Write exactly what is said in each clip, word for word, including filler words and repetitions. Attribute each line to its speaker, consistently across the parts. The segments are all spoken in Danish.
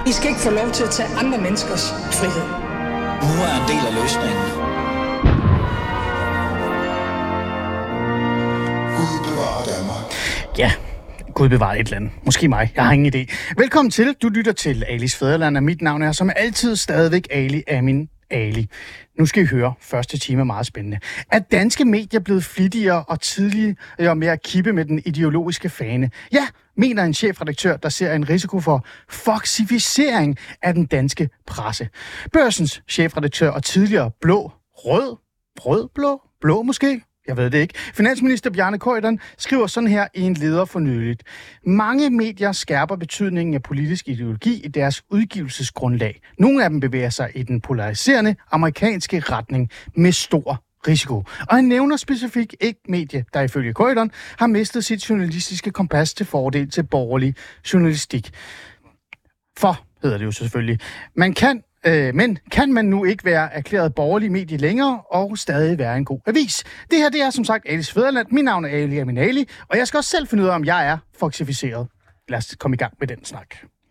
Speaker 1: I skal ikke få lov til at tage andre menneskers frihed.
Speaker 2: Nu er en del af løsningen.
Speaker 3: Gud bevarer Danmark.
Speaker 4: Ja, Gud bevarer et eller andet. Måske mig. Jeg har ingen idé. Velkommen til. Du lytter til Alis Fædreland, og mit navn er som altid stadigvæk Ali Amin Ali. Nu skal I høre. Første time er meget spændende. Er danske medier blevet flittigere og tidligere med at kippe med den ideologiske fane? Ja, mener en chefredaktør, der ser en risiko for foxificering af den danske presse. Børsens chefredaktør og tidligere blå, rød, rød, blå, blå måske? Jeg ved det ikke. Finansminister Bjarne Corydon skriver sådan her i en leder for nyligt. Mange medier skærper betydningen af politisk ideologi i deres udgivelsesgrundlag. Nogle af dem bevæger sig i den polariserende amerikanske retning med stor risiko. Og han nævner specifikt et medie, der ifølge Corydon har mistet sit journalistiske kompas til fordel til borgerlig journalistik. For, hedder det jo selvfølgelig, man kan Øh, men kan man nu ikke være erklæret borgerlig medie længere og stadig være en god avis? Det her, det er som sagt Alis Fædreland. Mit navn er Ali Amin Ali, og jeg skal også selv finde ud af, om jeg er foxificeret. Lad os komme i gang med den snak.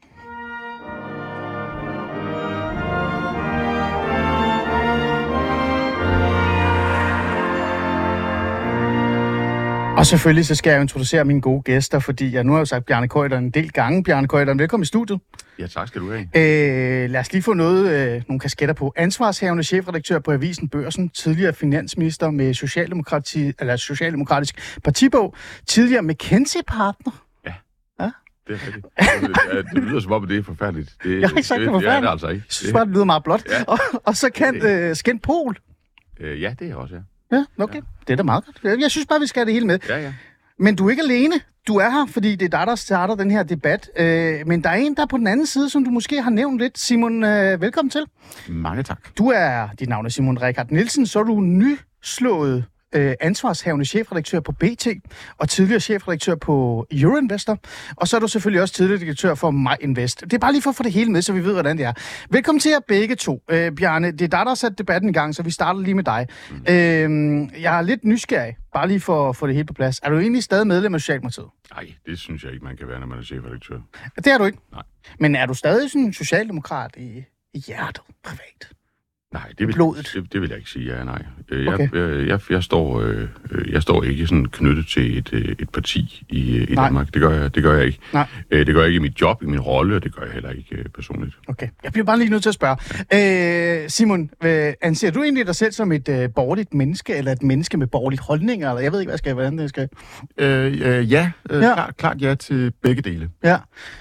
Speaker 4: Og selvfølgelig så skal jeg introducere mine gode gæster, fordi jeg nu har jo sagt Bjarne Corydon en del gange. Bjarne Corydon, velkommen i studiet.
Speaker 5: Ja, tak skal du have.
Speaker 4: Øh, lad os lige få noget, øh, nogle kasketter på. Ansvarshavende chefredaktør på avisen Børsen, tidligere finansminister med Socialdemokrati, eller Socialdemokratisk partibog, tidligere McKinsey-partner.
Speaker 5: Ja,
Speaker 4: ja,
Speaker 5: det er rigtigt. Det, det lyder som om, det er forfærdeligt. Det,
Speaker 4: jeg har ikke sagt det, det forfærdeligt.
Speaker 5: Det er det altså ikke.
Speaker 4: Jeg synes bare, det lyder meget blot. Ja. Og, og så kan øh, Skænd Pol.
Speaker 5: Øh, ja, det er også, ja.
Speaker 4: Ja, okay. Ja. Det er da meget godt. Jeg synes bare, vi skal have det hele med.
Speaker 5: Ja, ja.
Speaker 4: Men du er ikke alene. Du er her, fordi det er dig, der starter den her debat. Øh, men der er en, der er på den anden side, som du måske har nævnt lidt. Simon, øh, velkommen til.
Speaker 5: Mange tak.
Speaker 4: Du er, dit navn er Simon Rikard Nielsen, så er du nyslået øh, ansvarshavende chefredaktør på B T, og tidligere chefredaktør på Euroinvestor. Og så er du selvfølgelig også tidligere direktør for MyInvest. Det er bare lige for at få det hele med, så vi ved, hvordan det er. Velkommen til jer begge to. Øh, Bjarne, det er dig, der har sat debatten i gang, så vi starter lige med dig. Mm. Øh, jeg er lidt nysgerrig, bare lige for at få det hele på plads. Er du egentlig stadig medlem af Socialdemokratiet?
Speaker 5: Nej, det synes jeg ikke, man kan være, når man er chefredaktør.
Speaker 4: Det er du ikke?
Speaker 5: Nej.
Speaker 4: Men er du stadig sådan en socialdemokrat i, i hjertet, privat?
Speaker 5: Nej, det vil, det, det vil jeg ikke sige, ja, nej. Jeg, okay. jeg, jeg, jeg, står, øh, jeg står ikke sådan knyttet til et, et parti i, i Danmark. Det gør, jeg, det gør jeg ikke. Nej. Det gør jeg ikke i mit job, i min rolle, og det gør jeg heller ikke øh, personligt.
Speaker 4: Okay, jeg bliver bare lige nødt til at spørge. Ja. Øh, Simon, øh, anser du egentlig dig selv som et øh, borgerligt menneske, eller et menneske med borgerlige holdninger? Eller jeg ved ikke, hvad skal jeg, hvordan det skal.
Speaker 6: Øh, øh, ja, øh, ja. Klart, klart ja til begge dele.
Speaker 4: Ja.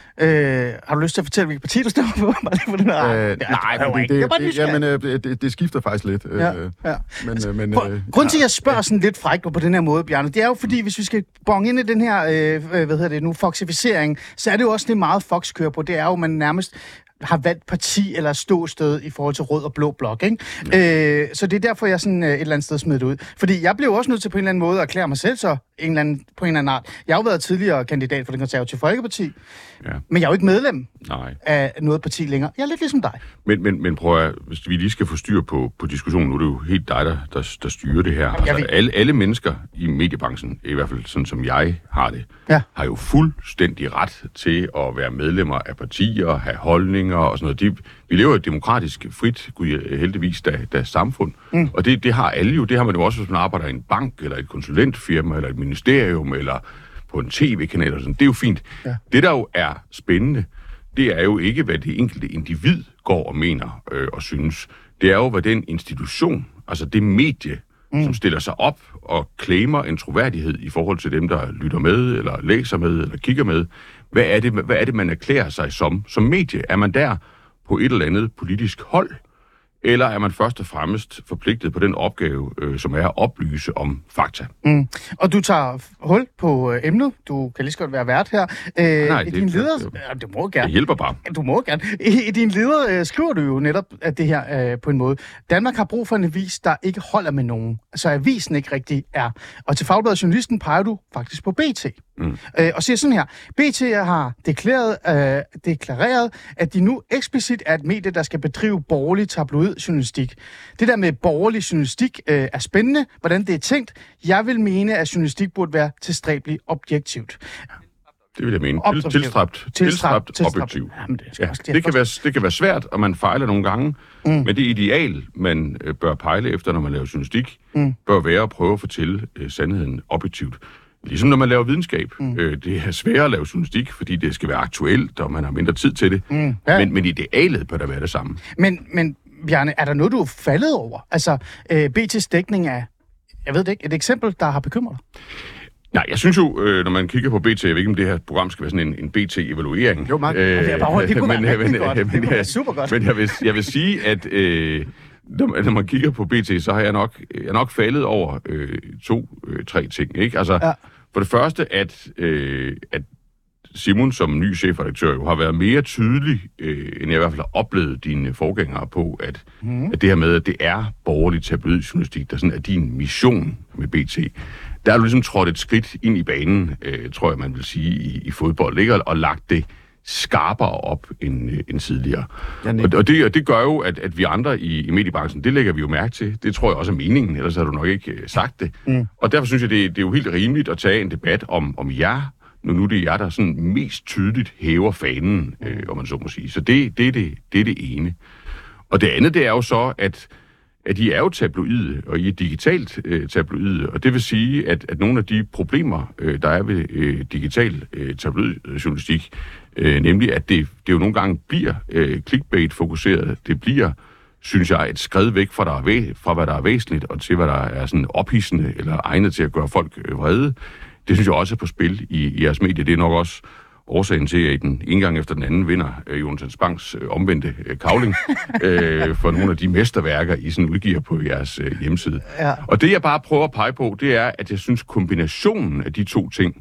Speaker 4: Øh, har du lyst til at fortælle, hvilket parti du stemmer på? Bare lige for den her.
Speaker 6: Øh, ja, nej, det, det, det, det, jamen, øh, det, det skifter faktisk lidt.
Speaker 4: Ja, ja.
Speaker 6: Men, øh, men,
Speaker 4: Prøv,
Speaker 6: øh,
Speaker 4: grunden til, at jeg spørger sådan lidt frækt på den her måde, Bjarne, det er jo fordi, hvis vi skal bonge ind i den her, øh, hvad hedder det nu, foxificering, så er det jo også det meget Fox kører på. Det er jo, at man nærmest har valgt parti eller ståsted i forhold til rød og blå blok, ikke? Ja. Øh, så det er derfor, jeg sådan øh, et eller andet sted smidt ud. Fordi jeg blev også nødt til på en eller anden måde at erklære mig selv så en eller anden, på en eller anden art. Jeg har jo været tidligere kandidat for det konservative Folkeparti, ja. Men jeg er jo ikke medlem
Speaker 5: Nej.
Speaker 4: af noget parti længere. Jeg er lidt ligesom dig.
Speaker 5: Men, men, men prøv at, hvis vi lige skal få styr på, på diskussionen, nu er det jo helt dig, der, der, der styrer det her. Altså, alle, alle mennesker i mediebranchen, i hvert fald sådan som jeg har det, ja. Har jo fuldstændig ret til at være medlemmer af partier, have holdninger og sådan noget. De, vi lever et demokratisk, frit, heldigvis, da, da samfund. Mm. Og det, det har alle jo. Det har man jo også, hvis man arbejder i en bank, eller et konsulentfirma, eller et ministerium, eller på en tv-kanal og sådan. Det er jo fint. Ja. Det, der jo er spændende, det er jo ikke, hvad det enkelte individ går og mener øh, og synes. Det er jo, hvad den institution, altså det medie, mm. som stiller sig op og claimer en troværdighed i forhold til dem, der lytter med, eller læser med, eller kigger med. Hvad er det, hvad er det man erklærer sig som, som medie? Er man der på et eller andet politisk hold? Eller er man først og fremmest forpligtet på den opgave, øh, som er at oplyse om fakta?
Speaker 4: Mm. Og du tager hul på øh, emnet. Du kan lige så godt være vært her. Øh,
Speaker 5: Nej,
Speaker 4: i
Speaker 5: det,
Speaker 4: din leder...
Speaker 5: det,
Speaker 4: ja, du må gerne.
Speaker 5: Det hjælper bare.
Speaker 4: Du må gerne. I, i din leder øh, skriver du jo netop at det her øh, på en måde. Danmark har brug for en avis, der ikke holder med nogen. Så avisen ikke rigtig er. Og til Fagbladet Journalisten peger du faktisk på B T. Mm. Øh, og siger sådan her. B T har deklareret, øh, deklareret, at de nu eksplicit er et medie, der skal bedrive borgerlig tabloid journalistik. Det der med borgerlig journalistik øh, er spændende, hvordan det er tænkt. Jeg vil mene, at journalistik burde være tilstræbeligt objektivt.
Speaker 5: Det vil jeg mene. Til, tilstræbt, tilstræbt, tilstræbt objektiv.
Speaker 4: Jamen, det,
Speaker 5: ja, det, kan være, det kan være svært, og man fejler nogle gange, mm. men det ideal, man øh, bør pejle efter, når man laver journalistik, mm. bør være at prøve at fortælle øh, sandheden objektivt. Ligesom når man laver videnskab. Mm. Øh, det er sværere at lave journalistik, fordi det skal være aktuelt, og man har mindre tid til det. Mm. Ja. Men, men idealet bør der være det samme.
Speaker 4: Men, men Bjarne, er der noget, du er faldet over? Altså, øh, B T's dækning af, jeg ved det ikke, et eksempel, der har bekymret dig?
Speaker 5: Nej, jeg synes jo, øh, når man kigger på B T, jeg ved ikke, om det her program skal være sådan en, en B T-evaluering.
Speaker 4: Jo, Mark. Øh, det er bare det kunne men, være rigtig godt. Det kunne være super godt.
Speaker 5: Men jeg vil, jeg vil sige, at øh, når, når man kigger på B T, så har jeg nok, jeg nok faldet over øh, to, øh, tre ting. Ikke? Altså, ja. For det første, at, øh, at Simon som ny chefredaktør jo har været mere tydelig, øh, end jeg i hvert fald har oplevet dine forgængere på, at, mm. at det her med, at det er borgerlig tabloidjournalistik, der sådan er din mission med B T. Der er du ligesom trådt et skridt ind i banen, øh, tror jeg, man vil sige, i, i fodbold, ikke? Og, og lagt det skarpere op end, øh, end tidligere. Ja, og, og, det, og det gør jo, at, at vi andre i, i mediebranchen, det lægger vi jo mærke til. Det tror jeg også er meningen, ellers har du nok ikke øh, sagt det. Mm. Og derfor synes jeg, det, det er jo helt rimeligt at tage en debat om, om jer, når nu det er jer, der sådan mest tydeligt hæver fanen, øh, om man så må sige. Så det, det, er det, det er det ene. Og det andet, det er jo så, at at I er jo tabloide, og I er digitalt øh, tabloide, og det vil sige, at, at nogle af de problemer, øh, der er ved øh, digital øh, tabloidjournalistik, øh, nemlig at det, det jo nogle gange bliver øh, clickbait-fokuseret, det bliver, synes jeg, et skred væk fra, der er væ- fra, hvad der er væsentligt, og til, hvad der er sådan ophidsende eller egnet til at gøre folk øh, vrede. Det synes jeg også er på spil i, i jeres medie. Det er nok også årsagen til, at I den ene gang efter den anden vinder øh, Jonathan Spangs øh, omvendte øh, kavling øh, for nogle af de mesterværker, I sådan udgiver på jeres øh, hjemmeside. Ja. Og det, jeg bare prøver at pege på, det er, at jeg synes, kombinationen af de to ting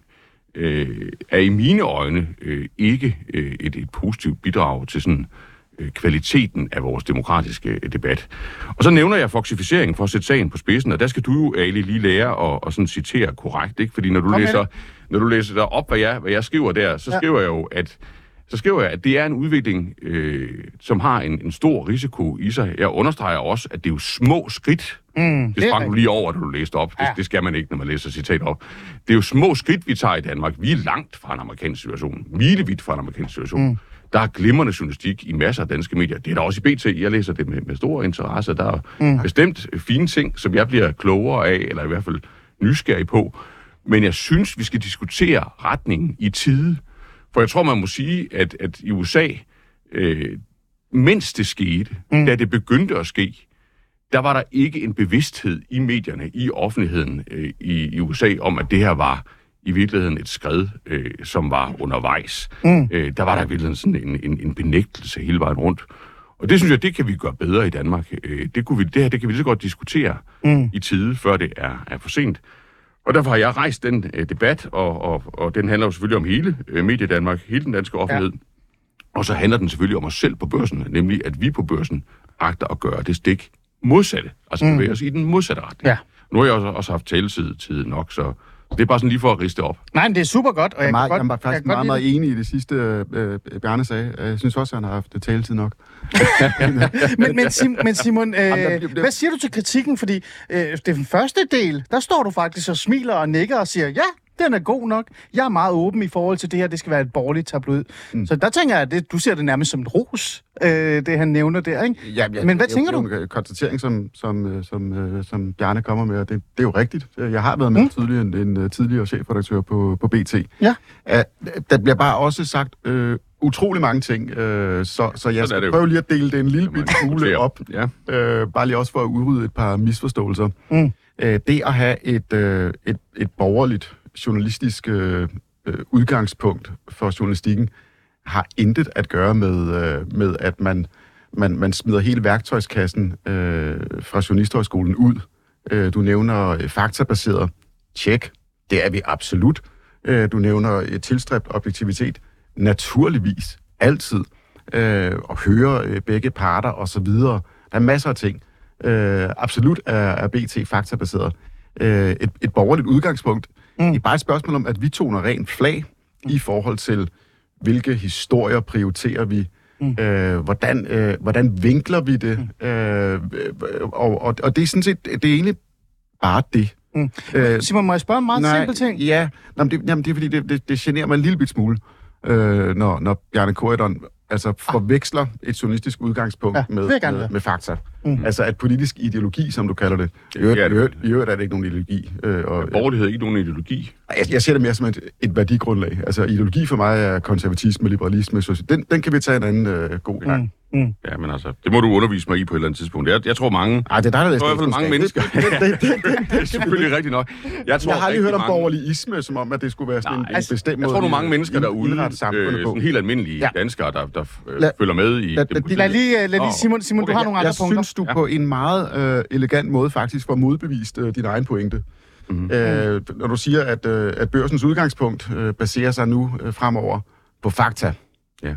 Speaker 5: øh, er i mine øjne øh, ikke øh, et, et positivt bidrag til sådan øh, kvaliteten af vores demokratiske øh, debat. Og så nævner jeg foxificering for at sætte sagen på spidsen, og der skal du jo, Ali, lige lære at, at sådan citere korrekt, ikke? Fordi når du Kom læser... Når du læser der op, hvad jeg, hvad jeg skriver der, så ja. skriver jeg jo, at så skriver jeg, at det er en udvikling, øh, som har en, en stor risiko i sig. Jeg understreger også, at det er jo små skridt. Mm, det sprang du lige over, da du læste op. Ja. Det, det skal man ikke, når man læser citat op. Det er jo små skridt, vi tager i Danmark. Vi er langt fra en amerikansk situation. Milevidt fra en amerikansk situation. Mm. Der er glimrende journalistik i masser af danske medier. Det er der også i B T. Jeg læser det med, med stor interesse. Der er mm. bestemt fine ting, som jeg bliver klogere af, eller i hvert fald nysgerrig på. Men jeg synes, vi skal diskutere retningen i tide. For jeg tror, man må sige, at, at i U S A, øh, mens det skete, mm. da det begyndte at ske, der var der ikke en bevidsthed i medierne, i offentligheden øh, i, i U S A, om at det her var i virkeligheden et skred, øh, som var undervejs. Mm. Øh, der var der i virkeligheden sådan en, en, en benægtelse hele vejen rundt. Og det synes jeg, det kan vi gøre bedre i Danmark. Øh, det, kunne vi, det her det kan vi lige så godt diskutere mm. i tide, før det er, er for sent. Og derfor har jeg rejst den øh, debat, og, og, og den handler jo selvfølgelig om hele øh, Mediedanmark, hele den danske offentlighed. Ja. Og så handler den selvfølgelig om os selv på børsen, nemlig at vi på børsen agter at gøre det stik modsatte. Altså bevæge mm. os i den modsatte retning. Ja. Nu har jeg også, også haft taletid tid nok, så det er bare sådan lige for at riste op.
Speaker 4: Nej, men det er super godt. Og jeg,
Speaker 6: jeg,
Speaker 4: jeg,
Speaker 6: jeg er faktisk jeg meget, meget enig i det sidste, øh, Bjarne sagde. Jeg synes også, at han har haft taletid nok.
Speaker 4: men, men, Sim, men Simon, øh, hvad siger du til kritikken? Fordi øh, det er den første del, der står du faktisk og smiler og nikker og siger, ja, den er god nok. Jeg er meget åben i forhold til det her, det skal være et borgerligt tabloid. Mm. Så der tænker jeg, at det, du ser det nærmest som et ros, øh, det han nævner der, ikke?
Speaker 6: Ja, ja,
Speaker 4: men hvad tænker
Speaker 6: jo,
Speaker 4: du?
Speaker 6: Det er en konstatering, som, som, som, som Bjarne kommer med, og det, det er jo rigtigt. Jeg har været mere mm. tydelig end en tidligere chefredaktør på, på B T. Ja. Uh, der bliver bare også sagt øh, utrolig mange ting, øh, så, så jeg skal prøve lige at dele det en lille bitte smule op. Ja. Øh, bare lige også for at udrydde et par misforståelser. Mm. Øh, det at have et, øh, et, et borgerligt journalistisk øh, udgangspunkt for journalistikken har intet at gøre med, øh, med at man, man, man smider hele værktøjskassen øh, fra Journalisthøjskolen ud. Øh, du nævner øh, faktabaseret. Tjek. Det er vi absolut. Øh, du nævner øh, tilstræbt objektivitet. Naturligvis. Altid. Øh, og høre øh, begge parter osv. Der er masser af ting. Øh, absolut er, er B T faktabaseret. Øh, et, et borgerligt udgangspunkt. Mm. Det er bare et spørgsmål om, at vi toner rent flag mm. i forhold til, hvilke historier prioriterer vi, mm. øh, hvordan, øh, hvordan vinkler vi det, mm. øh, og, og, og det er sådan set, det er egentlig bare det.
Speaker 4: Mm. Øh, Simon, må jeg spørge en meget
Speaker 6: nej,
Speaker 4: simpel ting?
Speaker 6: Ja, Nå, det, jamen, det er fordi, det, det, det generer mig en lille bit smule, øh, når, når Bjarne Corydon altså forveksler ah. et journalistisk udgangspunkt ja, med, med, med fakta. Mm. Altså at politisk ideologi, som du kalder det. I øvrigt, ja, det, i øvrigt er det ikke nogen ideologi. Øh, og,
Speaker 5: borgerlighed er ikke nogen ideologi.
Speaker 6: Jeg, jeg ser det mere som et, et værdigrundlag. Altså ideologi for mig er konservatisme, liberalisme, den, den kan vi tage en anden øh, god gang. Mm.
Speaker 5: Mm. Ja, men altså, det må du undervise mig i på et eller andet tidspunkt. Jeg, jeg tror mange...
Speaker 6: Ej, det er dig, der
Speaker 5: læser. Jeg tror i hvert fald mange mennesker. Det, det, det, det, det, det er selvfølgelig rigtigt nok. Jeg, tror,
Speaker 6: jeg har lige hørt om
Speaker 5: mange...
Speaker 6: borgerligisme, som om, at det skulle være sådan Nej, en, en bestemt måde...
Speaker 5: Jeg tror, du mange mennesker derude, øh, sådan helt almindelige ja. danskere, der, der øh, lad, følger med i
Speaker 4: lad, demokratiet. Lad lige, lad lige Simon, Simon okay, du har nogle andre
Speaker 6: jeg
Speaker 4: punkter.
Speaker 6: Jeg synes, du ja. på en meget øh, elegant måde faktisk får modbevist øh, din egen pointe. Mm-hmm. Øh, når du siger, at, øh, at børsens udgangspunkt øh, baserer sig nu øh, fremover på fakta.
Speaker 5: Ja.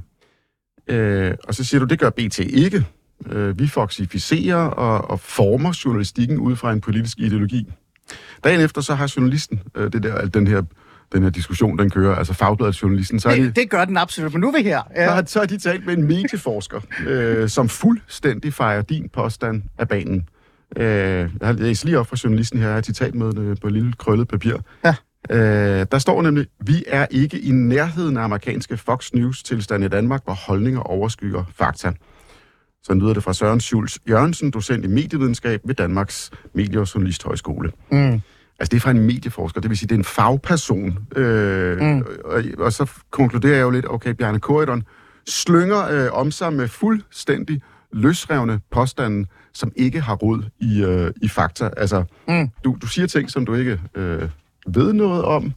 Speaker 6: Øh, og så siger du, det gør B T ikke. Øh, vi foxificerer og, og former journalistikken ud fra en politisk ideologi. Dagen efter så har journalisten, øh, det der, den her den her diskussion, den kører, altså Fagbladet journalisten, så
Speaker 4: det,
Speaker 6: de,
Speaker 4: det gør den absolut, men nu er vi her. Ja.
Speaker 6: Så, har, så har de talt med en medieforsker, øh, som fuldstændig fejrer din påstand af banen. Øh, jeg har læst lige op fra journalisten her, jeg har citat med øh, på et lille krøllet papir.
Speaker 4: Ja.
Speaker 6: Øh, der står nemlig, vi er ikke i nærheden af amerikanske Fox News-tilstand i Danmark, hvor holdninger overskygger fakta. Så lyder det fra Søren Schultz Jørgensen, docent i medievidenskab ved Danmarks Medie- og Journalisthøjskole. Mm. Altså det er fra en medieforsker, det vil sige, det er en fagperson. Øh, mm. og, og så konkluderer jeg jo lidt, okay, Bjarne Corydon slynger øh, om sig med fuldstændig løsrevne påstanden, som ikke har rod i, øh, i fakta. Altså, mm. du, du siger ting, som du ikke øh, ved noget om,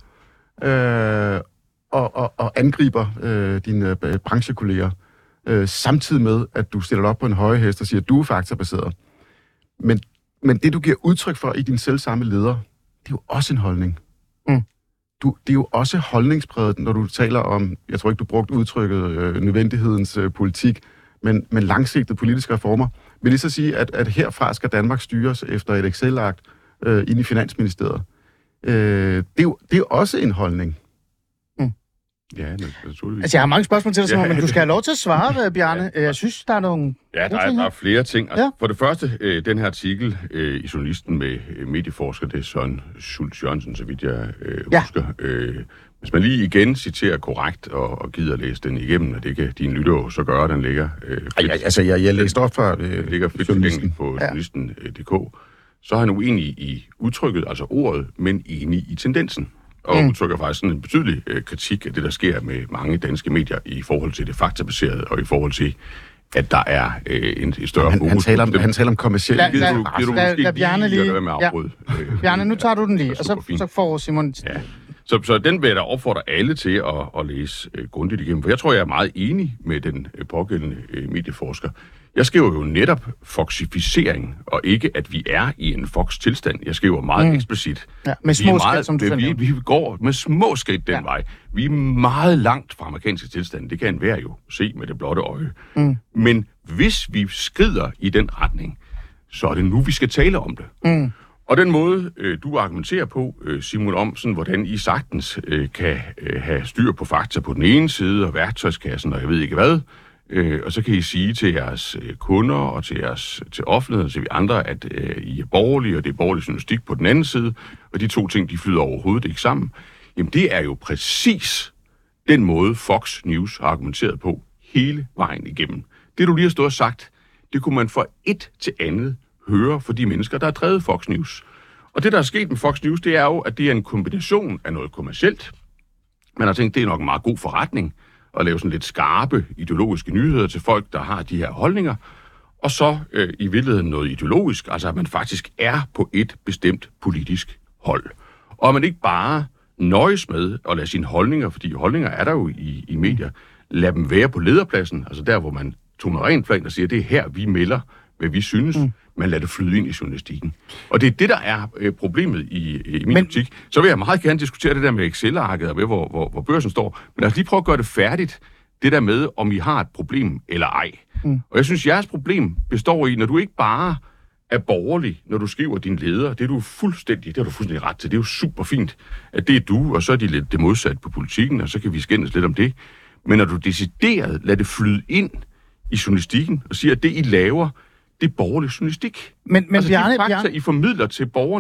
Speaker 6: øh, og, og, og angriber øh, dine øh, branchekolleger, øh, samtidig med, at du stiller dig op på en høje hest og siger, at du er faktabaseret. Men, men det, du giver udtryk for i din selvsamme leder, det er jo også en holdning. Mm. Du, det er jo også holdningspræget, når du taler om, jeg tror ikke, du brugte udtrykket øh, nødvendighedens øh, politik, men, men langsigtede politiske reformer. Vil det så sige, at, at herfra skal Danmark styres efter et Excel-ark øh, ind i Finansministeriet? Øh, det, er jo, det er jo også en holdning.
Speaker 5: Mm. Ja, naturligvis.
Speaker 4: Altså, jeg har mange spørgsmål til dig, ja. Men du skal have lov til at svare, Bjarne. Ja. Jeg synes, der er nogle...
Speaker 5: Ja, der er, der er flere ting. Altså, ja. For det første, øh, den her artikel øh, i Journalisten med øh, medieforsker, det er Søren Schultz Jørgensen, så vidt jeg øh, ja. husker. Øh, hvis man lige igen citerer korrekt og, og gider læse den igennem, og det kan dine lytter så gøre, den ligger... Øh,
Speaker 6: Ej, jeg, altså, jeg, jeg læste op fra...
Speaker 5: Øh, ligger fedt tilgængeligt på ja. journalisten punktum d k. Så er han uenig i udtrykket, altså ordet, men enig i tendensen. Og mm. udtrykker faktisk sådan en betydelig øh, kritik af det, der sker med mange danske medier i forhold til det faktabaserede, og i forhold til, at der er øh, en, en større
Speaker 6: fokus. Han, han, taler om, han taler om kommercielle...
Speaker 4: Lad, lad, lad, lad, lad Bjarne lige... Ja. Bjarne, nu tager du den lige, og så, så får Simon...
Speaker 5: Ja. Så, så den vil jeg da opfordre alle til at, at læse øh, grundigt igennem, for jeg tror, jeg er meget enig med den øh, pågældende øh, medieforsker. Jeg skriver jo netop foxificering, og ikke, at vi er i en Fox-tilstand. Jeg skriver meget mm. eksplicit.
Speaker 4: Ja, med små meget, skridt, som du
Speaker 5: vi, vi går med små skridt den ja. vej. Vi er meget langt fra amerikanske tilstand. Det kan enhver jo se med det blotte øje. Mm. Men hvis vi skrider i den retning, så er det nu, vi skal tale om det. Mm. Og den måde, øh, du argumenterer på, øh, Simon, om sådan, hvordan I sagtens øh, kan øh, have styr på fakta på den ene side, og værktøjskassen, og jeg ved ikke hvad, øh, og så kan I sige til jeres øh, kunder og til jeres til offentligheden, til vi andre, at øh, I er borgerlige, og det er borgerlig journalistik på den anden side, og de to ting, de flyder overhovedet ikke sammen. Jamen, det er jo præcis den måde, Fox News har argumenteret på hele vejen igennem. Det, du lige har stået og sagt, det kunne man fra et til andet høre for de mennesker, der har drevet Fox News. Og det, der er sket med Fox News, det er jo, at det er en kombination af noget kommercielt. Man har tænkt, det er nok en meget god forretning at lave sådan lidt skarpe ideologiske nyheder til folk, der har de her holdninger. Og så øh, i virkeligheden noget ideologisk, altså at man faktisk er på et bestemt politisk hold. Og at man ikke bare nøjes med at lade sine holdninger, fordi holdninger er der jo i, i medier, lade dem være på lederpladsen, altså der, hvor man toner rent flag og siger, det er her, vi melder, hvad vi synes, mm. man lader det flyde ind i journalistikken. Og det er det, der er øh, problemet i, i min butik. Så vil jeg meget gerne diskutere det der med Excel-arket, og med, hvor, hvor, hvor børsen står. Men lad os lige prøve at gøre det færdigt, det der med, om I har et problem eller ej. Mm. Og jeg synes, jeres problem består i, når du ikke bare er borgerlig, når du skriver din leder, det er du fuldstændig, det har du fuldstændig ret til. Det er jo super fint, at det er du, og så er de lidt det modsatte på politikken, og så kan vi skændes lidt om det. Men når du decideret lader det flyde ind i journalistikken, og siger, at det, I laver, det er borgerlig journalistik.
Speaker 4: Men, men
Speaker 5: altså,
Speaker 4: Bjarne,
Speaker 5: de fakta,
Speaker 4: Bjarne...
Speaker 5: I formidler til borgerne,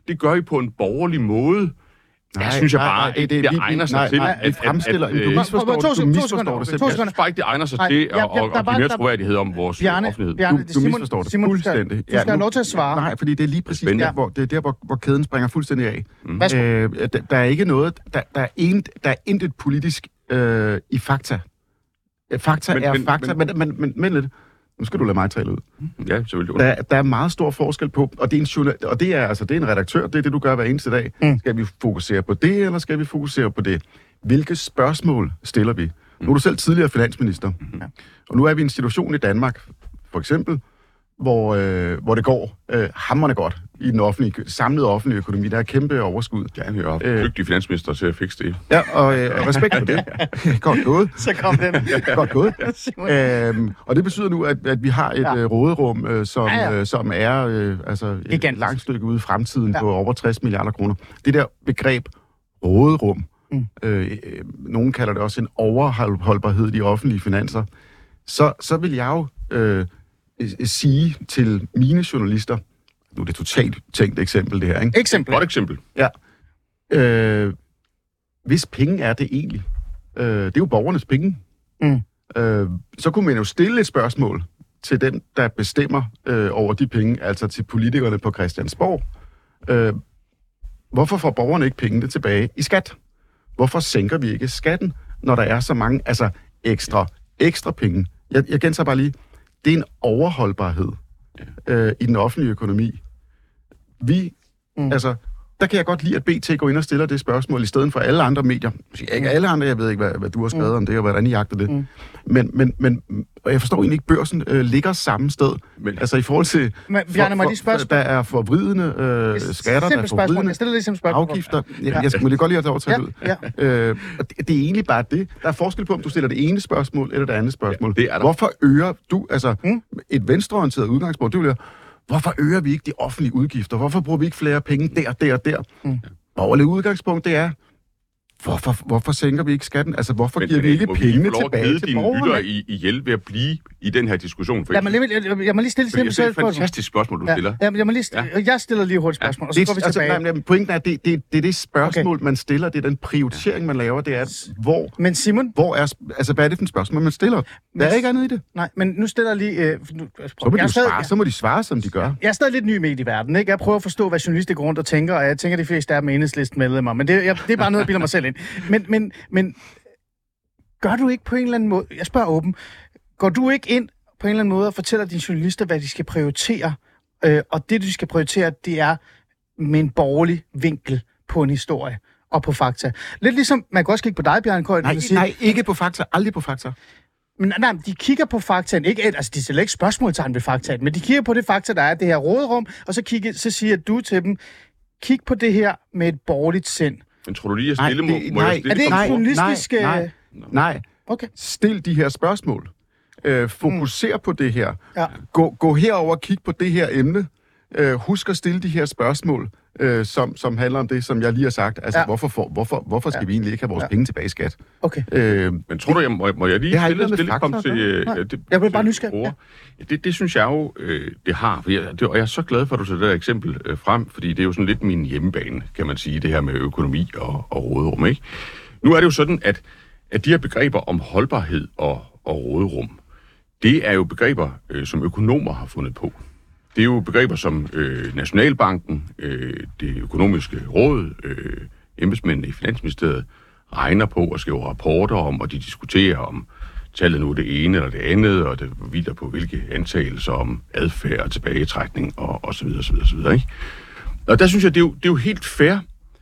Speaker 5: det gør I på en borgerlig måde.
Speaker 6: Nej,
Speaker 5: jeg synes jeg bare
Speaker 6: nej,
Speaker 5: ikke, det, det, det egner sig
Speaker 6: nej,
Speaker 5: til,
Speaker 6: nej,
Speaker 5: at...
Speaker 6: vi fremstiller...
Speaker 5: At, at,
Speaker 6: du
Speaker 5: at,
Speaker 6: misforstår det, du misforstår det
Speaker 5: Jeg synes bare ikke, det egner sig
Speaker 4: nej,
Speaker 5: til
Speaker 4: ja, ja,
Speaker 5: at, at, at give mere troværdighed om vores
Speaker 4: Bjarne,
Speaker 5: offentlighed.
Speaker 4: Bjarne,
Speaker 6: Du, du
Speaker 4: Simon,
Speaker 6: misforstår det
Speaker 4: Simon,
Speaker 6: fuldstændig.
Speaker 4: Du skal, du skal have lov til at svare.
Speaker 6: Nej, fordi det er lige præcis
Speaker 5: det er
Speaker 6: der, hvor, det er der, hvor, hvor kæden springer fuldstændig af.
Speaker 5: Mm.
Speaker 6: Øh, der, der er ikke noget... Der, der, er, en, der er intet politisk øh, i fakta. Fakta
Speaker 5: men,
Speaker 6: er
Speaker 5: men,
Speaker 6: fakta, men, men, men, men lidt... Nu skal du lade mig tale ud.
Speaker 5: Ja, selvfølgelig.
Speaker 6: Der, der er meget stor forskel på, og det er en, journal, og det er, altså, det er en redaktør, det er det, du gør hver eneste dag. Mm. Skal vi fokusere på det, eller skal vi fokusere på det? Hvilke spørgsmål stiller vi? Nu er du selv tidligere finansminister, mm. og nu er vi i en situation i Danmark, for eksempel, hvor, øh, hvor det går øh, hamrende godt i den offentlige, samlede offentlige økonomi. Der er kæmpe overskud.
Speaker 5: Ja, vi har øh, dygtige finansminister til at fikse det.
Speaker 6: Ja, og øh, respekt for det. Godt gået.
Speaker 4: Så kom den.
Speaker 6: Godt gået. øhm, og det betyder nu, at, at vi har et ja. øh, råderum, øh, som, ja, ja. Øh, som er øh, altså, et langt stykke ude i fremtiden ja. på over tres milliarder kroner. Det der begreb råderum, mm. øh, øh, nogen kalder det også en overholdbarhed i de offentlige finanser, så, så vil jeg jo øh, sige til mine journalister, nu er det et totalt tænkt eksempel det her, ikke?
Speaker 4: Eksempel.
Speaker 5: Godt eksempel.
Speaker 6: Ja. Øh, hvis penge er det egentlig, øh, det er jo borgernes penge, mm. øh, så kunne man jo stille et spørgsmål til den, der bestemmer øh, over de penge, altså til politikerne på Christiansborg. Øh, hvorfor får borgerne ikke pengene tilbage i skat? Hvorfor sænker vi ikke skatten, når der er så mange altså ekstra, ekstra penge? Jeg, jeg gentager bare lige, det er en overholdbarhed øh, i den offentlige økonomi. Vi, mm. altså, der kan jeg godt lide, at B T går ind og stiller det spørgsmål, i stedet for alle andre medier. Ikke alle andre, jeg ved ikke, hvad, hvad du har skrevet mm. om det, og hvordan I jagter det. Mm. Men, men, men, og jeg forstår egentlig ikke, børsen øh, ligger samme sted. Men, altså i forhold til,
Speaker 4: men, Bjarne, for, for,
Speaker 6: for, der er forvridende øh, skatter, der er forvridende afgifter. Ja. Jeg skal lige godt lige have lov til at ja. ja. øh, det, det er egentlig bare det. Der er forskel på, om du stiller det ene spørgsmål, eller det andet spørgsmål. Ja, det er Hvorfor øger du, altså mm. et venstreorienteret udgangspunkt, det vil jeg, hvorfor øger vi ikke de offentlige udgifter? Hvorfor bruger vi ikke flere penge der, der, der? Mm. Borgerligt udgangspunkt, det er, hvorfor, hvorfor sænker vi ikke skatten? Altså, hvorfor men, giver vi ikke pengene tilbage til borgerne?
Speaker 5: Lytter i, i hjælp ved at blive i den her diskussion.
Speaker 4: Lad mig lige, jeg, jeg, jeg må lige stille et
Speaker 5: det er et fantastisk spørgsmål, du
Speaker 4: ja,
Speaker 5: stiller.
Speaker 4: Ja, jeg, må lige, ja. jeg stiller lige hurtigt spørgsmål, ja. og så det, går vi tilbage.
Speaker 6: Altså, nej, pointen er, at det, det, det er det spørgsmål, okay. man stiller. Det er den prioritering, man laver. Det er, hvor,
Speaker 4: men Simon,
Speaker 6: hvor er, altså, hvad er det for et spørgsmål, man stiller? Men, der er ikke andet i det.
Speaker 4: Nej, men nu stiller jeg lige... Øh, nu,
Speaker 6: så, må de svare, ja. så må de svare, som de gør.
Speaker 4: Jeg er stadig lidt ny i medieverdenen, ikke? Jeg prøver at forstå, hvad journalister går rundt og tænker, og jeg tænker, de fleste er med Enhedslisten medlemmer, men det, jeg, det er bare noget, jeg bilder mig selv ind. Men, men, men gør du ikke på en eller anden måde... Jeg spørger åben. Går du ikke ind på en eller anden måde og fortæller dine journalister, hvad de skal prioritere? Øh, og det, de skal prioritere, det er med en borgerlig vinkel på en historie og på fakta. Lidt ligesom, man kan også kigge på dig, Bjarne Køj.
Speaker 6: Nej, sige, nej, ikke på fakta. Aldrig på fakta.
Speaker 4: Men nej, de kigger på faktaen. Ikke, altså, de stiller ikke spørgsmålstegn ved faktaen, men de kigger på det fakta, der er det her råderum, og så, kigger, så siger du til dem, kig på det her med et borgerligt sind.
Speaker 5: Men tror du lige, at stille
Speaker 6: nej,
Speaker 5: må, må
Speaker 4: nej,
Speaker 5: jeg stille?
Speaker 4: Er det ikke
Speaker 6: nej,
Speaker 4: journalistisk...
Speaker 6: Nej, nej, nej.
Speaker 4: Okay.
Speaker 6: Stil de her spørgsmål. Øh, fokuser mm. på det her.
Speaker 4: Ja.
Speaker 6: Gå, gå herover og kig på det her emne. Øh, husk at stille de her spørgsmål, øh, som, som handler om det, som jeg lige har sagt. Altså, ja. hvorfor, for, hvorfor, hvorfor skal ja. vi egentlig ikke have vores ja. penge tilbage i skat?
Speaker 4: Okay.
Speaker 5: Øh, Men tror du, jeg, må, må jeg lige stille, stille kom til...
Speaker 4: Øh, det, jeg vil bare nysgerrig.
Speaker 5: Ja. Det, det synes jeg jo, øh, det har. For jeg, det, og jeg er så glad for, at du tager det der eksempel øh, frem, fordi det er jo sådan lidt min hjemmebane, kan man sige, det her med økonomi og, og råderum, ikke? Nu er det jo sådan, at, at de her begreber om holdbarhed og, og råderum, det er jo begreber, øh, som økonomer har fundet på. Det er jo begreber som øh, Nationalbanken, øh, det økonomiske råd, øh, embedsmændene i Finansministeriet regner på og skriver rapporter om, og de diskuterer om tallet nu er det ene eller det andet, og det hviler på hvilke antagelser om adfærd og tilbagetrækning og, og så videre, så videre, så videre, ikke? Og der synes jeg, det er jo, det er jo helt fair,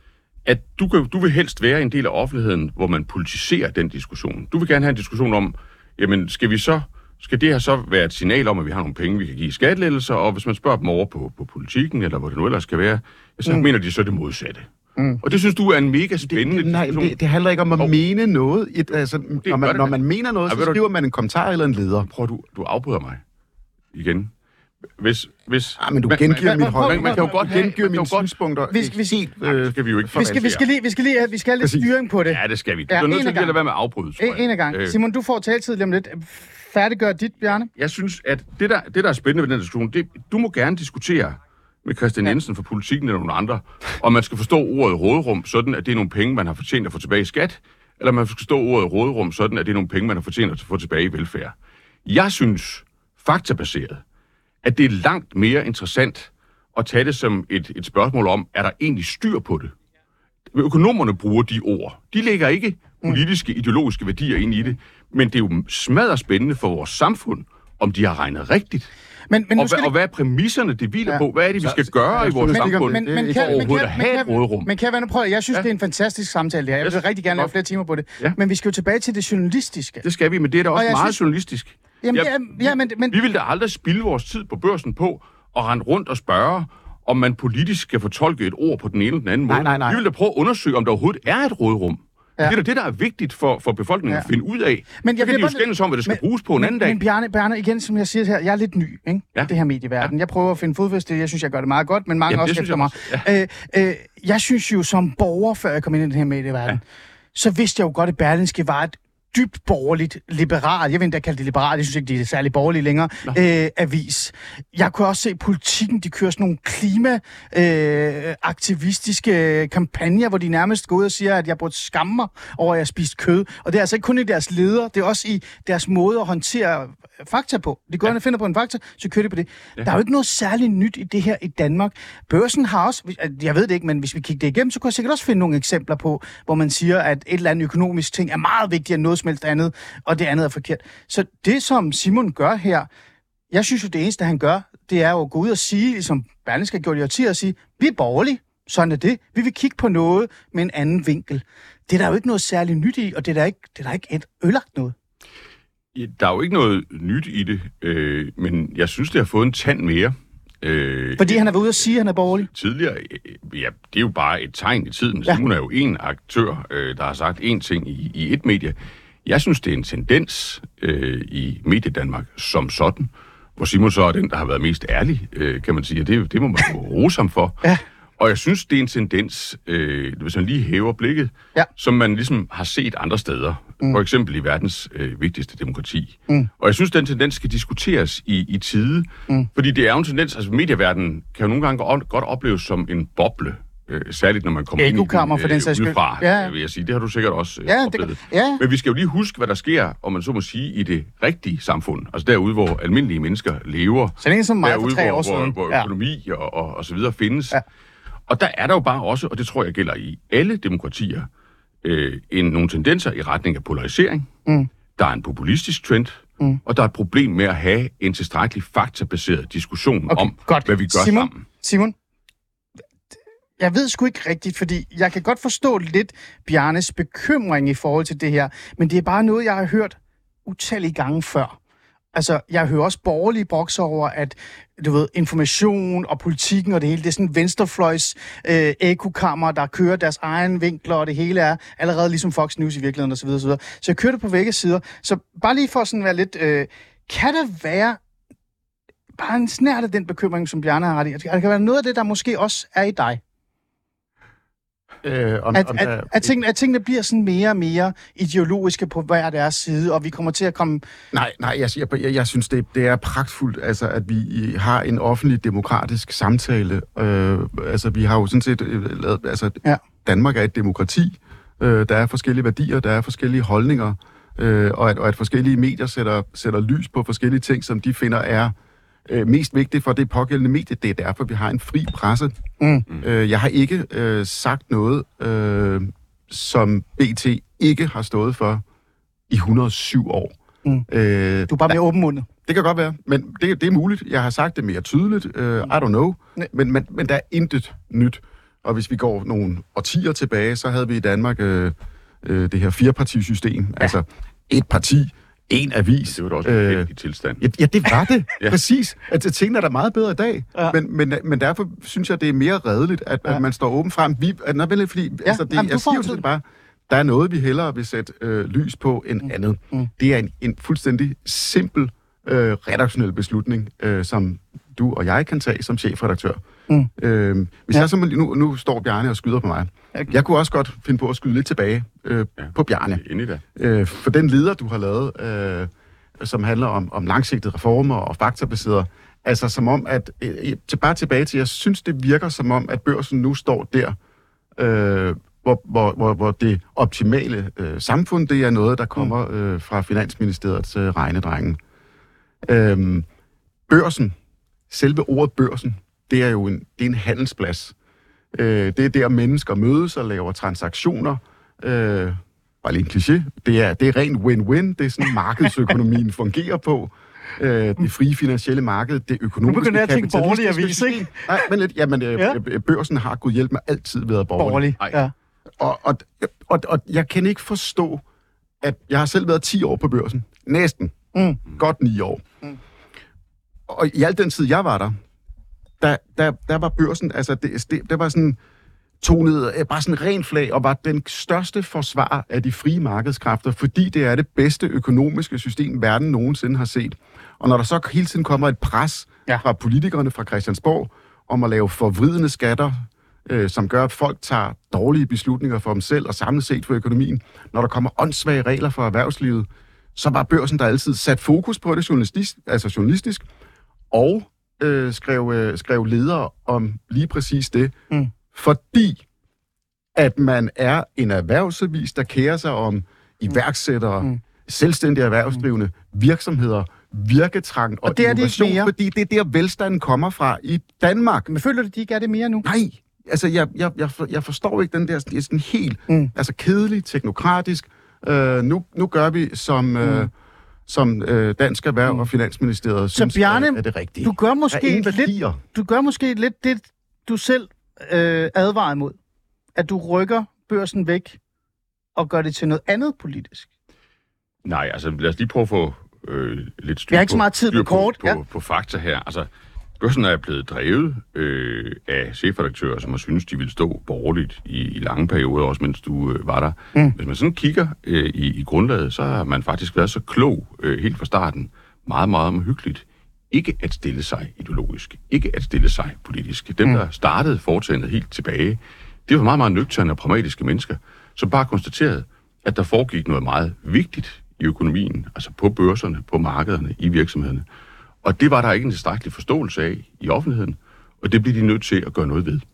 Speaker 5: at du, kan, du vil helst være en del af offentligheden, hvor man politiserer den diskussion. Du vil gerne have en diskussion om, jamen skal vi så Skal det her så være et signal om, at vi har nogle penge, vi kan give i skattelettelser, og hvis man spørger dem over på, på politikken, eller hvor det nu ellers skal være, så mm. mener de så det modsatte. Mm. Og det synes du er en mega spændende
Speaker 6: det, det, nej, det, det handler ikke om at oh. mene noget. Et, altså, det, når man, når man mener noget, ja, så skriver man en kommentar eller en leder.
Speaker 5: Prøv, du, du afbryder mig igen. Hvis, hvis,
Speaker 6: ah, men du gengiver min
Speaker 5: holdning. Man kan jo godt
Speaker 6: gengive mine synspunkter.
Speaker 4: Vi skal, vi skal,
Speaker 5: øh, skal vi jo ikke
Speaker 4: vi skal, vi skal lige, vi skal lige, vi skal have lidt styring på det.
Speaker 5: Ja, det skal vi. Du er nødt til at lade være med at afbryde.
Speaker 4: En, en af gang. Øh. Simon, du får taletid lige om lidt. Færdiggør dit, Bjarne.
Speaker 5: Jeg synes, at det der, det, der er spændende ved den diskussion, det, du må gerne diskutere med Christian Jensen fra Politikken eller nogle andre, og man skal forstå ordet råderum, sådan at det er nogle penge, man har fortjent at få tilbage i skat, eller man skal forstå ordet råderum, sådan at det er nogle penge, man har fortjent at få tilbage i velfærd. Jeg synes, faktabaseret, at det er langt mere interessant at tage det som et, et spørgsmål om, er der egentlig styr på det? Økonomerne bruger de ord. De lægger ikke politiske, ideologiske værdier ind i det, men det er jo smadret spændende for vores samfund, om de har regnet rigtigt. Men, men og, hva, det... og hvad er præmisserne, det hviler ja. på? Hvad er det, vi skal gøre ja, i vores men, samfund men, men, for overhovedet at have et råderum?
Speaker 4: Men kan jeg være nu prøve? Jeg synes, ja. det er en fantastisk samtale, det her. Jeg vil yes. rigtig gerne lave flere timer på det. Ja. Men vi skal jo tilbage til det journalistiske.
Speaker 5: Det skal vi, men det er da også meget synes... journalistisk.
Speaker 4: Jamen, ja, ja, men, men...
Speaker 5: Vi vil da aldrig spilde vores tid på børsen på og rende rundt og spørge, om man politisk skal fortolke et ord på den ene eller den anden
Speaker 4: nej,
Speaker 5: måde.
Speaker 4: Nej, nej.
Speaker 5: Vi vil da prøve at undersøge, om der overhovedet er et råderum. Ja. Det er da det, der er vigtigt for, for befolkningen ja. at finde ud af. Men jeg kan de jo skændes om, hvad det skal men, bruges på en
Speaker 4: men,
Speaker 5: anden dag.
Speaker 4: Men Bjarne, Bjarne, igen, som jeg siger her, jeg er lidt ny, ikke? Ja. Det her medieverden. Ja. Jeg prøver at finde fodfæste. Jeg synes, jeg gør det meget godt, men mange Jamen, også efter mig. Ja. Øh, øh, jeg synes jo, som borger, før jeg kom ind i den her medieverden, ja. så vidste jeg jo godt, at Berlingske var et dybt borgerligt, liberalt, jeg vil endda kalde det liberalt, jeg synes ikke, det er særlig borgerlige længere, øh, avis. Jeg kunne også se Politikken, de kører sådan nogle klimaaktivistiske øh, kampagner, hvor de nærmest går ud og siger, at jeg burde skamme mig over, at jeg spist kød. Og det er altså ikke kun i deres leder, det er også i deres måde at håndtere fakta på. De går ja. ind og finder på en fakta, så kører de på det. Ja. Der er jo ikke noget særligt nyt i det her i Danmark. Børsen har også, jeg ved det ikke, men hvis vi kigger det igennem, så kan jeg sikkert også finde nogle eksempler på, hvor man siger, at et eller andet økonomisk ting er meget vigtigere end noget som helst andet, og det andet er forkert. Så det, som Simon gør her, jeg synes jo, det eneste, han gør, det er jo at gå ud og sige, som Berlingske har gjort i årtier, at sige, vi er borgerlige, sådan er det. Vi vil kigge på noget med en anden vinkel. Det er der jo ikke noget særligt nyt i, og det er der ikke, det er der ikke et ødelagt noget.
Speaker 5: Der er jo ikke noget nyt i det, øh, men jeg synes, det har fået en tand mere.
Speaker 4: Øh, Fordi han er ude at sige, at han er borgerlig?
Speaker 5: Tidligere, ja, det er jo bare et tegn i tiden. Ja. Simon er jo en aktør, øh, der har sagt én ting i, i et medie. Jeg synes, det er en tendens øh, i Mediedanmark som sådan, hvor Simon så er den, der har været mest ærlig, øh, kan man sige, og det, det må man jo rose ham for. Ja. Og jeg synes, det er en tendens, øh, hvis man lige hæver blikket, ja. som man ligesom har set andre steder. Mm. For eksempel i verdens øh, vigtigste demokrati. Mm. Og jeg synes, den tendens skal diskuteres i, i tide, mm. fordi det er jo en tendens, altså medieverdenen kan jo nogle gange godt opleves som en boble. Øh, særligt når man kommer ind i den,
Speaker 4: for den sags skyld.
Speaker 5: Udefra, ja. vil jeg sige. Det har du sikkert også øh, ja, oplevet. Det, ja. Men vi skal jo lige huske, hvad der sker, om man så må sige, i det rigtige samfund. Altså derude, hvor almindelige mennesker lever.
Speaker 4: Så længe som mig derude, for tre år
Speaker 5: siden. Hvor, hvor økonomi ja. og, og, og så videre findes. Ja. Og der er der jo bare også, og det tror jeg gælder i alle demokratier, øh, en, nogle tendenser i retning af polarisering. Mm. Der er en populistisk trend, mm. og der er et problem med at have en tilstrækkelig faktabaseret diskussion okay, om, godt. hvad vi gør
Speaker 4: Simon,
Speaker 5: sammen.
Speaker 4: Simon, jeg ved sgu ikke rigtigt, fordi jeg kan godt forstå lidt Bjarnes bekymring i forhold til det her, men det er bare noget, jeg har hørt utallige gange før. Altså, jeg hører også borgerlige brokser over, at du ved, information og politikken og det hele, det er sådan venstrefløjs øh, ekokammer, der kører deres egen vinkler, og det hele er allerede ligesom Fox News i virkeligheden osv. osv. Så jeg kører det på begge sider. Så bare lige for at sådan være lidt, øh, kan der være bare en snært af den bekymring, som Bjarne har ret i? Der kan være noget af det, der måske også er i dig. Øh, om, at, om at, der... at, tingene, at tingene bliver sådan mere og mere ideologiske på hver deres side, og vi kommer til at komme...
Speaker 6: Nej, nej, jeg, jeg, jeg, jeg synes, det, det er pragtfuldt, altså, at vi har en offentlig demokratisk samtale. Øh, altså, vi har jo sådan set lavet... Altså, ja. Danmark er et demokrati. Øh, der er forskellige værdier, der er forskellige holdninger, øh, og, at, og at forskellige medier sætter, sætter lys på forskellige ting, som de finder er øh, mest vigtigt for det pågældende medie. Det er derfor, vi har en fri presse. Mm. Øh, jeg har ikke øh, sagt noget, øh, som B T ikke har stået for i et hundrede og syv år.
Speaker 4: Mm. Øh, du er bare mere åbenmundet.
Speaker 6: Det kan godt være, men det, det er muligt. Jeg har sagt det mere tydeligt. Uh, I don't know. Men, men, men der er intet nyt. Og hvis vi går nogle årtier tilbage, så havde vi i Danmark øh, øh, det her firepartisystem. Ja. Altså et parti, en avis.
Speaker 5: Det var da også en øh, tilstand.
Speaker 6: Ja, ja, det var det. ja. Præcis. Altså, tingene er da meget bedre i dag. Ja. Men, men, men derfor synes jeg, det er mere redeligt, at, ja. at man står åben frem. Vi, at, nej, vel, fordi, ja. altså, det, Jamen, jeg siger jo det bare, der er noget, vi hellere vil sætte øh, lys på end mm. andet. Mm. Det er en, en fuldstændig simpel øh, redaktionel beslutning, øh, som du og jeg kan tage som chefredaktør. Mm. Øh, hvis ja. jeg så må, nu, nu står Bjarne og skyder på mig. Okay. Jeg kunne også godt finde på at skyde lidt tilbage øh, ja. på Bjarne. Øh, for den leder, du har lavet, øh, som handler om, om langsigtede reformer og faktabaseret, Altså som om, at... Øh, til, bare tilbage til, jeg synes, det virker som om, at børsen nu står der, øh, hvor, hvor, hvor, hvor det optimale øh, samfund, det er noget, der kommer øh, fra Finansministeriets øh, regnedrenge. Øh, børsen, selve ordet børsen, det er jo en, det er en handelsplads. Øh, det er der, mennesker mødes og laver transaktioner. Øh, bare lige en kliché. Det er, det er ren win-win. Det er sådan, markedsøkonomien fungerer på. Øh, det frie finansielle marked, det økonomiske...
Speaker 4: Nu begynder jeg at tænke borgerlig avis, ikke?
Speaker 6: Nej, men lidt, jamen, ja. Børsen har gud hjælp med altid været borgerlig.
Speaker 4: Borgerlig, ja.
Speaker 6: Og, og, og, og jeg kan ikke forstå, at jeg har selv været ti år på børsen. Næsten. Mm. Godt ni år. Mm. Og i al den tid, jeg var der, der, der, der var børsen, altså det, det, der var sådan tonet, bare sådan ren flag, og var den største forsvar af de frie markedskræfter, fordi det er det bedste økonomiske system, verden nogensinde har set. Og når der så hele tiden kommer et pres ja. fra politikerne fra Christiansborg om at lave forvridende skatter, øh, som gør, at folk tager dårlige beslutninger for dem selv og samlet set for økonomien, når der kommer åndssvage regler for erhvervslivet, så var børsen der altid sat fokus på det journalistisk, altså journalistisk, og øh, skrev, øh, skrev ledere om lige præcis det, mm. fordi at man er en erhvervsavis, der kærer sig om iværksættere, mm. selvstændige erhvervsdrivende, virksomheder, virketrang og, og det er innovation, det fordi det er der, velstanden kommer fra i Danmark.
Speaker 4: Men føler du, at de ikke er det mere nu?
Speaker 6: Nej, altså jeg, jeg, jeg, jeg forstår ikke den der det er sådan helt mm. altså kedelig, teknokratisk. Uh, nu, nu gør vi, som, mm. uh, som uh, Dansk Erhverv mm. og Finansministeriet
Speaker 4: så
Speaker 6: synes,
Speaker 4: Bjarne,
Speaker 6: er, er det rigtige.
Speaker 4: Du gør måske lidt, du gør måske lidt det, du selv øh, advarer imod. At du rykker børsen væk og gør det til noget andet politisk.
Speaker 5: Nej, altså lad os lige prøve at få øh, lidt styr,
Speaker 4: Vi har ikke så meget tid
Speaker 5: på,
Speaker 4: kort.
Speaker 5: På, ja. på, på fakta her. Altså, børsen er blevet drevet øh, af chefredaktører, som har synes, de ville stå borgerligt i, i lange perioder, også mens du øh, var der. Mm. Hvis man sådan kigger øh, i, i grundlaget, så har man faktisk været så klog øh, helt fra starten, meget, meget omhyggeligt, ikke at stille sig ideologisk, ikke at stille sig politisk. Dem, mm. der startede foretagendet helt tilbage, det var meget, meget nøgterne og pragmatiske mennesker, som bare konstaterede, at der foregik noget meget vigtigt i økonomien, altså på børserne, på markederne, i virksomhederne. Og det var der ikke en tilstrækkelig forståelse af i offentligheden, og det blev de nødt til at gøre noget ved.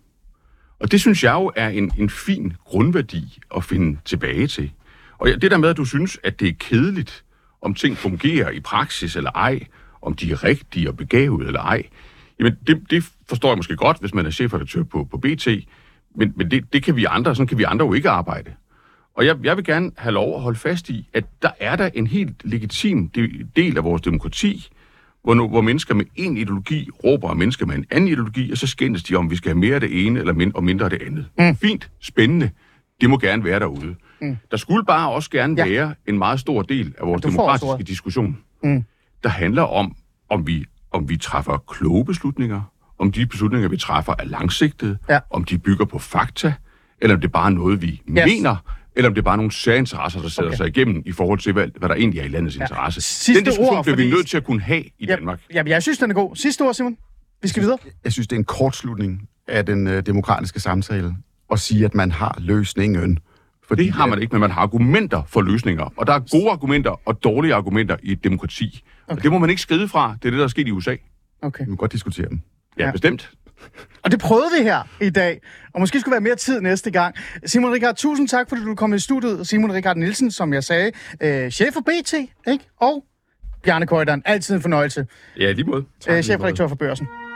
Speaker 5: Og det synes jeg jo er en, en fin grundværdi at finde tilbage til. Og det der med, at du synes, at det er kedeligt, om ting fungerer i praksis eller ej, om de er rigtige og begavede eller ej, jamen det, det forstår jeg måske godt, hvis man er chefredaktør på, på B T, men, men det, det kan vi andre, sådan kan vi andre jo ikke arbejde. Og jeg, jeg vil gerne have lov at holde fast i, at der er der en helt legitim del af vores demokrati, hvor, nu, hvor mennesker med en ideologi råber af mennesker med en anden ideologi, og så skændes de om, vi skal have mere af det ene eller mind, og mindre af det andet. Mm. Fint, spændende, det må gerne være derude. Mm. Der skulle bare også gerne ja. være en meget stor del af vores demokratiske diskussion, mm. der handler om, om vi, om vi træffer kloge beslutninger, om de beslutninger, vi træffer, er langsigtede, ja. om de bygger på fakta, eller om det er bare noget, vi yes. mener, eller om det er bare nogle særinteresser, der sætter okay. sig igennem i forhold til, hvad, hvad der egentlig er i landets ja. interesse.
Speaker 4: Sidste
Speaker 5: den diskussion
Speaker 4: ord,
Speaker 5: bliver
Speaker 4: fordi...
Speaker 5: vi nødt til at kunne have i
Speaker 4: ja,
Speaker 5: Danmark.
Speaker 4: Ja, jeg synes, den er god. Sidste ord, Simon. Vi skal videre.
Speaker 6: Jeg synes, det er en kortslutning af den øh, demokratiske samtale at sige, at man har løsningen.
Speaker 5: Fordi det har man ikke, men man har argumenter for løsninger. Og der er gode argumenter og dårlige argumenter i et demokrati. Okay. Og det må man ikke skride fra. Det er det, der er sket i U S A.
Speaker 6: Okay. Vi må godt diskutere dem.
Speaker 5: Ja, ja. bestemt.
Speaker 4: Og det prøvede vi her i dag, og måske skulle være mere tid næste gang. Simon Richard, tusind tak, fordi du kom i studiet. Simon Richard Nielsen, som jeg sagde, øh, chef for B T, ikke? Og Bjarne Corydon, altid en fornøjelse.
Speaker 5: Ja, lige måde.
Speaker 4: Øh, chefredaktør for Børsen.